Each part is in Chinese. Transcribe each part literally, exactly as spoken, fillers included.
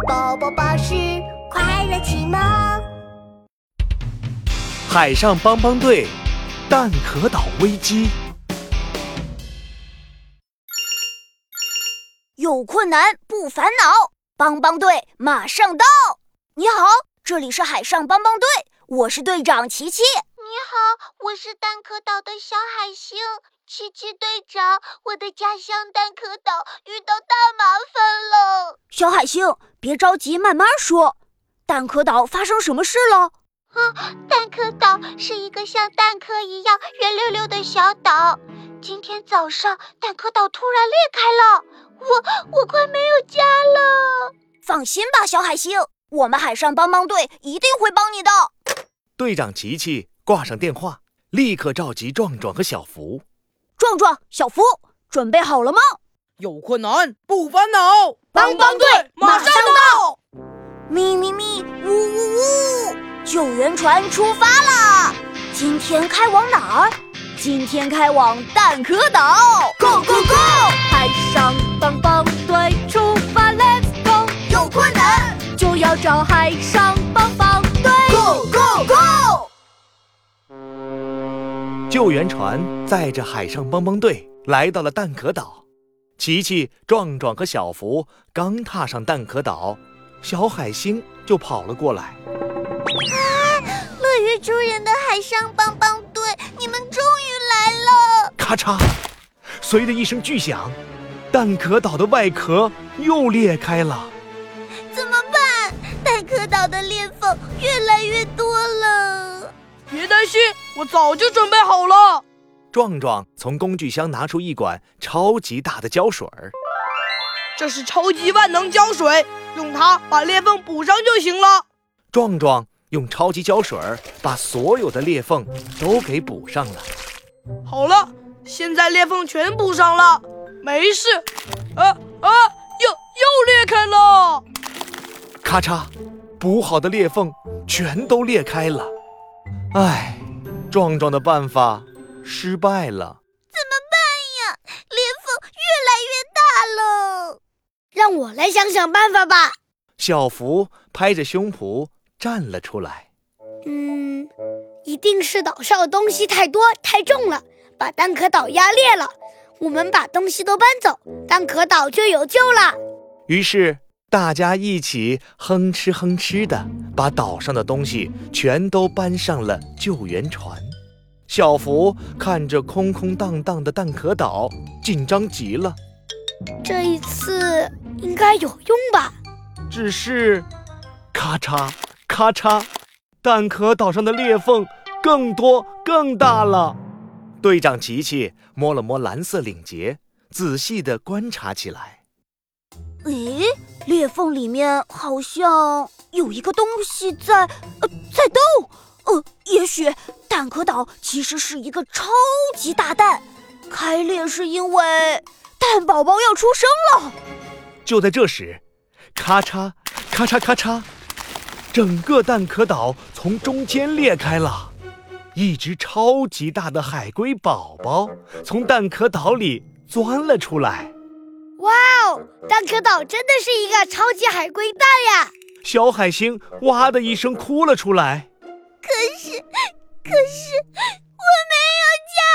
宝宝巴士快乐启蒙。 海上帮帮队，蛋壳岛危机。 有困难不烦恼，帮帮队马上到。你好，这里是海上帮帮队，我是队长琪琪。 你好，我是蛋壳岛的小海星。琪琪队长，我的家乡蛋壳岛遇到大麻烦了。 小海星，别着急，慢慢说。蛋壳岛发生什么事了？ 啊，蛋壳岛是一个像蛋壳一样圆溜溜的小岛。今天早上，蛋壳岛突然裂开了，我我快没有家了。 放心吧，小海星，我们海上帮帮队一定会帮你的。 队长琪琪挂上电话，立刻召集壮壮和小福。 壮壮、小福，准备好了吗？ 有困难不烦恼， 帮帮队马上到！ 咪咪咪，呜呜呜！救援船出发啦！今天开往哪儿？今天开往蛋壳岛 ！Go Go Go！ 海上帮帮队出发 ，Let's go！ 有困难就要找海上帮帮队 ！Go Go Go！ 救援船载着海上帮帮队来到了蛋壳岛。琪琪、壮壮和小福刚踏上蛋壳岛，小海星就跑了过来。 啊！乐于助人的海上帮帮队，你们终于来了！ 咔嚓，随着一声巨响，蛋壳岛的外壳又裂开了。 怎么办？蛋壳岛的裂缝越来越多了。 别担心，我早就准备好了。 壮壮从工具箱拿出一管超级大的胶水， 这是超级万能胶水，用它把裂缝补上就行了。 壮壮用超级胶水把所有的裂缝都给补上了。 好了，现在裂缝全补上了，没事。啊啊，又又裂开了！ 咔嚓，补好的裂缝全都裂开了。唉，壮壮的办法失败了。 怎么办呀？裂缝越来越大了。 让我来想想办法吧。 小福拍着胸脯站了出来。 嗯，一定是岛上的东西太多太重了，把蛋壳岛压裂了。我们把东西都搬走，蛋壳岛就有救了。 于是大家一起哼哧哼哧的把岛上的东西全都搬上了救援船。小福看着空空荡荡的蛋壳岛，紧张极了。 这一次应该有用吧？ 只是咔嚓咔嚓，蛋壳岛上的裂缝更多更大了。队长琪琪摸了摸蓝色领结，仔细地观察起来。 诶，裂缝里面好像有一个东西在呃在动。呃，也许蛋壳岛其实是一个超级大蛋，开裂是因为蛋宝宝要出生了。 就在这时，咔嚓咔嚓咔嚓，整个蛋壳岛从中间裂开了，一只超级大的海龟宝宝从蛋壳岛里钻了出来。 哇哦，蛋壳岛真的是一个超级海龟蛋呀！ 小海星哇的一声哭了出来。 可是，可是我没有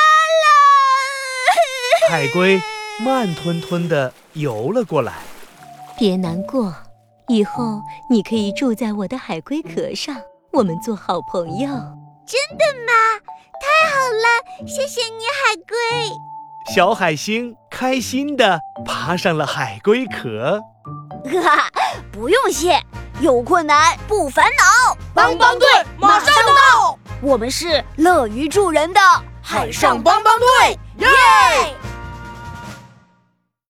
家了。 海龟慢吞吞地游了过来。 别难过，以后你可以住在我的海龟壳上，我们做好朋友。 真的吗？太好了，谢谢你，海龟。 小海星开心地爬上了海龟壳。 哈哈，不用谢，有困难不烦恼， 帮帮队马上到！ 我们是乐于助人的海上帮帮队， 耶！